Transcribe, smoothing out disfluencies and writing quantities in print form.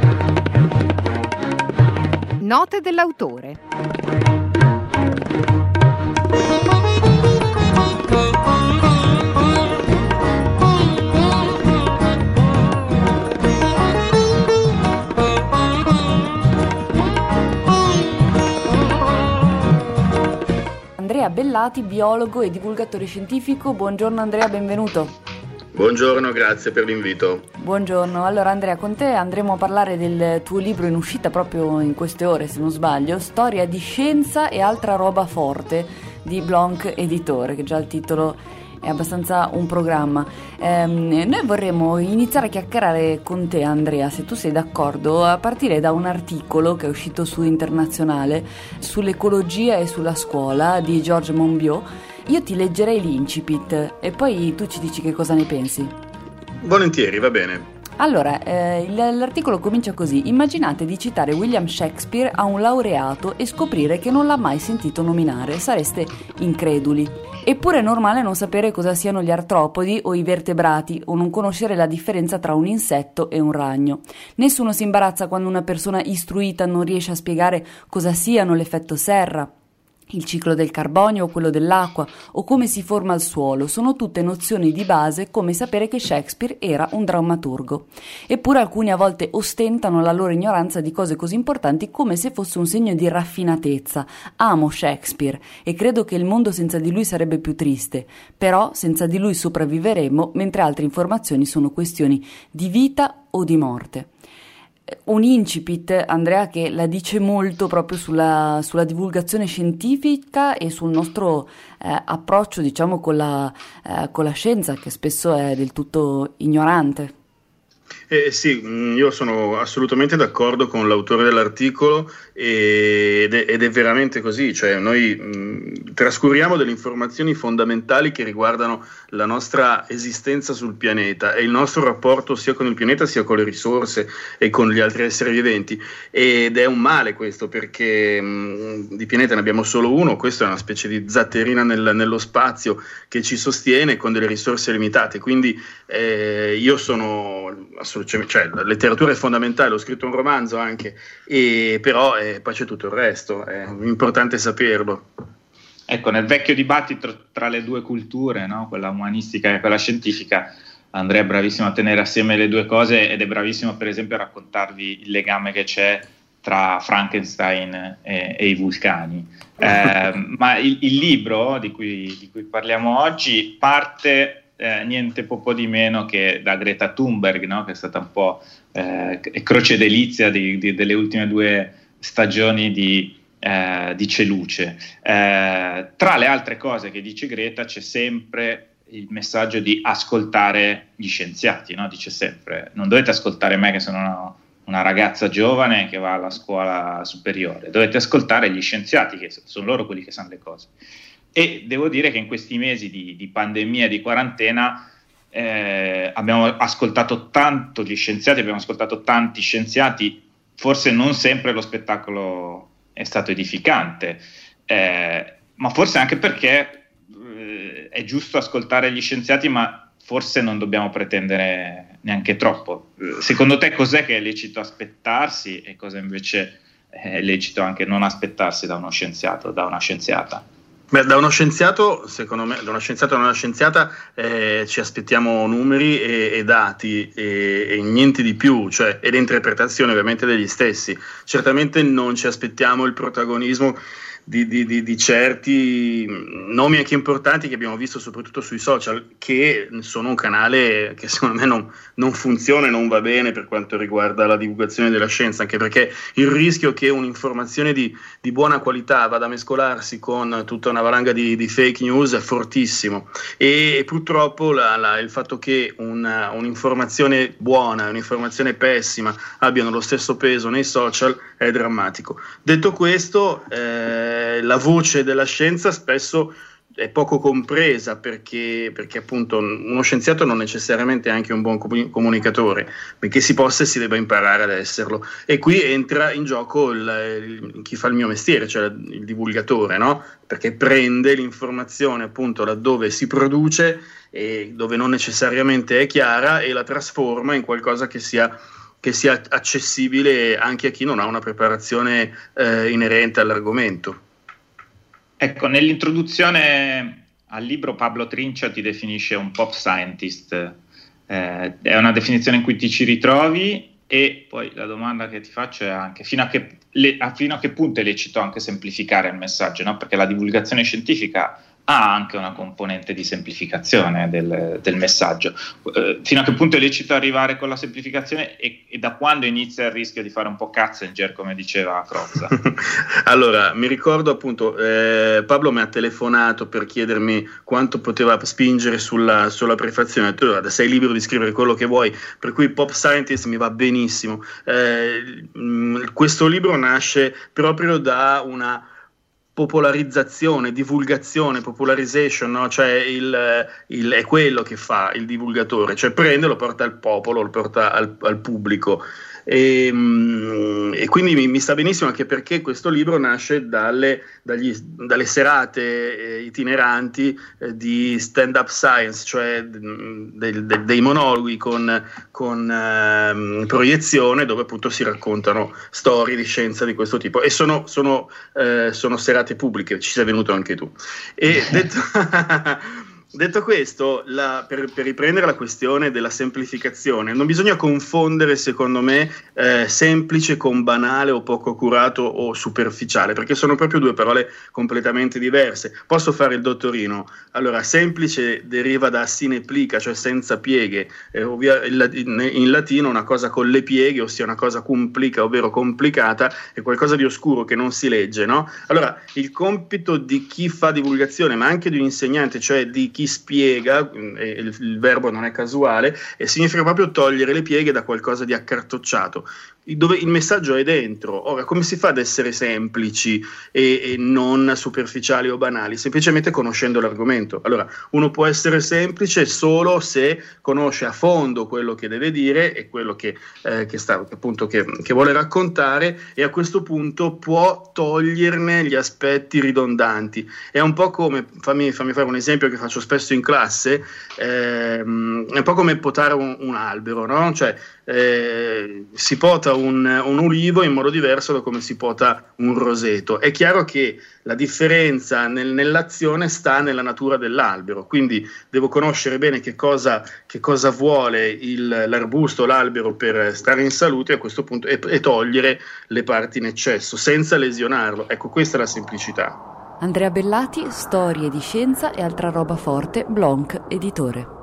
Note dell'autore. Andrea Bellati, biologo e divulgatore scientifico. Buongiorno Andrea, benvenuto. Buongiorno, grazie per l'invito. Buongiorno, allora Andrea, con te andremo a parlare del tuo libro in uscita proprio in queste ore, se non sbaglio, Storia di scienza e altra roba forte, di Blanc Editore, che già il titolo è abbastanza un programma. Noi vorremmo iniziare a chiacchierare con te, Andrea, se tu sei d'accordo, a partire da un articolo che è uscito su Internazionale sull'ecologia e sulla scuola di Georges Monbiot. Io ti leggerei l'incipit e poi tu ci dici che cosa ne pensi. Volentieri, va bene. Allora, l'articolo comincia così. Immaginate di citare William Shakespeare a un laureato e scoprire che non l'ha mai sentito nominare. Sareste increduli. Eppure è normale non sapere cosa siano gli artropodi o i vertebrati o non conoscere la differenza tra un insetto e un ragno. Nessuno si imbarazza quando una persona istruita non riesce a spiegare cosa siano l'effetto serra, il ciclo del carbonio o quello dell'acqua, o come si forma il suolo. Sono tutte nozioni di base, come sapere che Shakespeare era un drammaturgo. Eppure alcuni a volte ostentano la loro ignoranza di cose così importanti come se fosse un segno di raffinatezza. Amo Shakespeare e credo che il mondo senza di lui sarebbe più triste, però senza di lui sopravviveremmo, mentre altre informazioni sono questioni di vita o di morte. Un incipit, Andrea, che la dice molto proprio sulla divulgazione scientifica e sul nostro approccio, diciamo, con la scienza, che spesso è del tutto ignorante. Sì, io sono assolutamente d'accordo con l'autore dell'articolo ed è veramente così, cioè noi trascuriamo delle informazioni fondamentali che riguardano la nostra esistenza sul pianeta e il nostro rapporto sia con il pianeta sia con le risorse e con gli altri esseri viventi, ed è un male questo, perché di pianeta ne abbiamo solo uno. Questo è una specie di zatterina nello spazio che ci sostiene con delle risorse limitate, quindi io sono cioè la letteratura è fondamentale, ho scritto un romanzo anche, però poi c'è tutto il resto, è importante saperlo. Ecco, nel vecchio dibattito tra le due culture, no? Quella umanistica e quella scientifica, Andrea è bravissimo a tenere assieme le due cose ed è bravissimo per esempio a raccontarvi il legame che c'è tra Frankenstein e i vulcani. Ma il libro di cui parliamo oggi parte niente po' di meno che da Greta Thunberg, no? Che è stata un po' croce delizia delle ultime 2 stagioni di C'è luce. Tra le altre cose che dice Greta c'è sempre il messaggio di ascoltare gli scienziati, no? Dice sempre: non dovete ascoltare me che sono una ragazza giovane che va alla scuola superiore, dovete ascoltare gli scienziati, che sono loro quelli che sanno le cose. E devo dire che in questi mesi di pandemia e di quarantena abbiamo ascoltato tanto gli scienziati, abbiamo ascoltato tanti scienziati, forse non sempre lo spettacolo è stato edificante, ma forse anche perché è giusto ascoltare gli scienziati, ma forse non dobbiamo pretendere neanche troppo. Secondo te cos'è che è lecito aspettarsi e cosa invece è lecito anche non aspettarsi da uno scienziato, da una scienziata? Beh, da uno scienziato, secondo me, da uno scienziato e da una scienziata ci aspettiamo numeri e dati e niente di più, cioè, ed interpretazioni ovviamente degli stessi. Certamente non ci aspettiamo il protagonismo di certi nomi anche importanti che abbiamo visto soprattutto sui social, che sono un canale che secondo me non funziona e non va bene per quanto riguarda la divulgazione della scienza, anche perché il rischio che un'informazione di buona qualità vada a mescolarsi con tutta una valanga di fake news è fortissimo, e purtroppo il fatto che un'informazione buona e un'informazione pessima abbiano lo stesso peso nei social è drammatico. Detto questo, la voce della scienza spesso è poco compresa, perché appunto uno scienziato non necessariamente è anche un buon comunicatore, perché si possa e si debba imparare ad esserlo, e qui entra in gioco chi fa il mio mestiere, cioè il divulgatore, no? Perché prende l'informazione appunto laddove si produce e dove non necessariamente è chiara e la trasforma in qualcosa che sia che sia accessibile anche a chi non ha una preparazione inerente all'argomento. Ecco, nell'introduzione al libro Pablo Trincia ti definisce un pop scientist, è una definizione in cui ti ci ritrovi, e poi la domanda che ti faccio è anche fino a che punto è lecito anche semplificare il messaggio, no? Perché la divulgazione scientifica ha anche una componente di semplificazione del messaggio. Fino a che punto è lecito arrivare con la semplificazione e da quando inizia il rischio di fare un po' Katzinger, come diceva Crozza? Allora, mi ricordo appunto, Pablo mi ha telefonato per chiedermi quanto poteva spingere sulla prefazione. Ha detto: guarda, sei libero di scrivere quello che vuoi, per cui Pop Scientist mi va benissimo. Questo libro nasce proprio da una popolarizzazione, divulgazione, popularization, no? Cioè è quello che fa il divulgatore, cioè prende, lo porta al popolo, lo porta al pubblico. E quindi mi sta benissimo, anche perché questo libro nasce dalle serate itineranti di stand-up science, cioè dei monologhi con proiezione, dove appunto si raccontano storie di scienza di questo tipo, e sono serate pubbliche. Ci sei venuto anche tu. E Detto questo, per riprendere la questione della semplificazione, non bisogna confondere, secondo me, semplice con banale o poco curato o superficiale, perché sono proprio due parole completamente diverse. Posso fare il dottorino? Allora, semplice deriva da sine plica, cioè senza pieghe. In latino una cosa con le pieghe, ossia una cosa complica, ovvero complicata, è qualcosa di oscuro che non si legge, no? Allora, il compito di chi fa divulgazione, ma anche di un insegnante, cioè di chi spiega, il verbo non è casuale, e significa proprio togliere le pieghe da qualcosa di accartocciato, dove il messaggio è dentro. Ora, come si fa ad essere semplici e non superficiali o banali? Semplicemente conoscendo l'argomento. Allora, uno può essere semplice solo se conosce a fondo quello che deve dire e quello che vuole raccontare, e a questo punto può toglierne gli aspetti ridondanti. È un po' come, fammi fare un esempio che faccio spesso in classe, è un po' come potare un albero, no? Cioè, si pota un ulivo in modo diverso da come si pota un roseto. È chiaro che la differenza nell'azione sta nella natura dell'albero, quindi devo conoscere bene che cosa vuole l'arbusto, l'albero, per stare in salute a questo punto, e togliere le parti in eccesso senza lesionarlo. Ecco, questa è la semplicità. Andrea Bellati, Storie di scienza e altra roba forte, Blanc editore.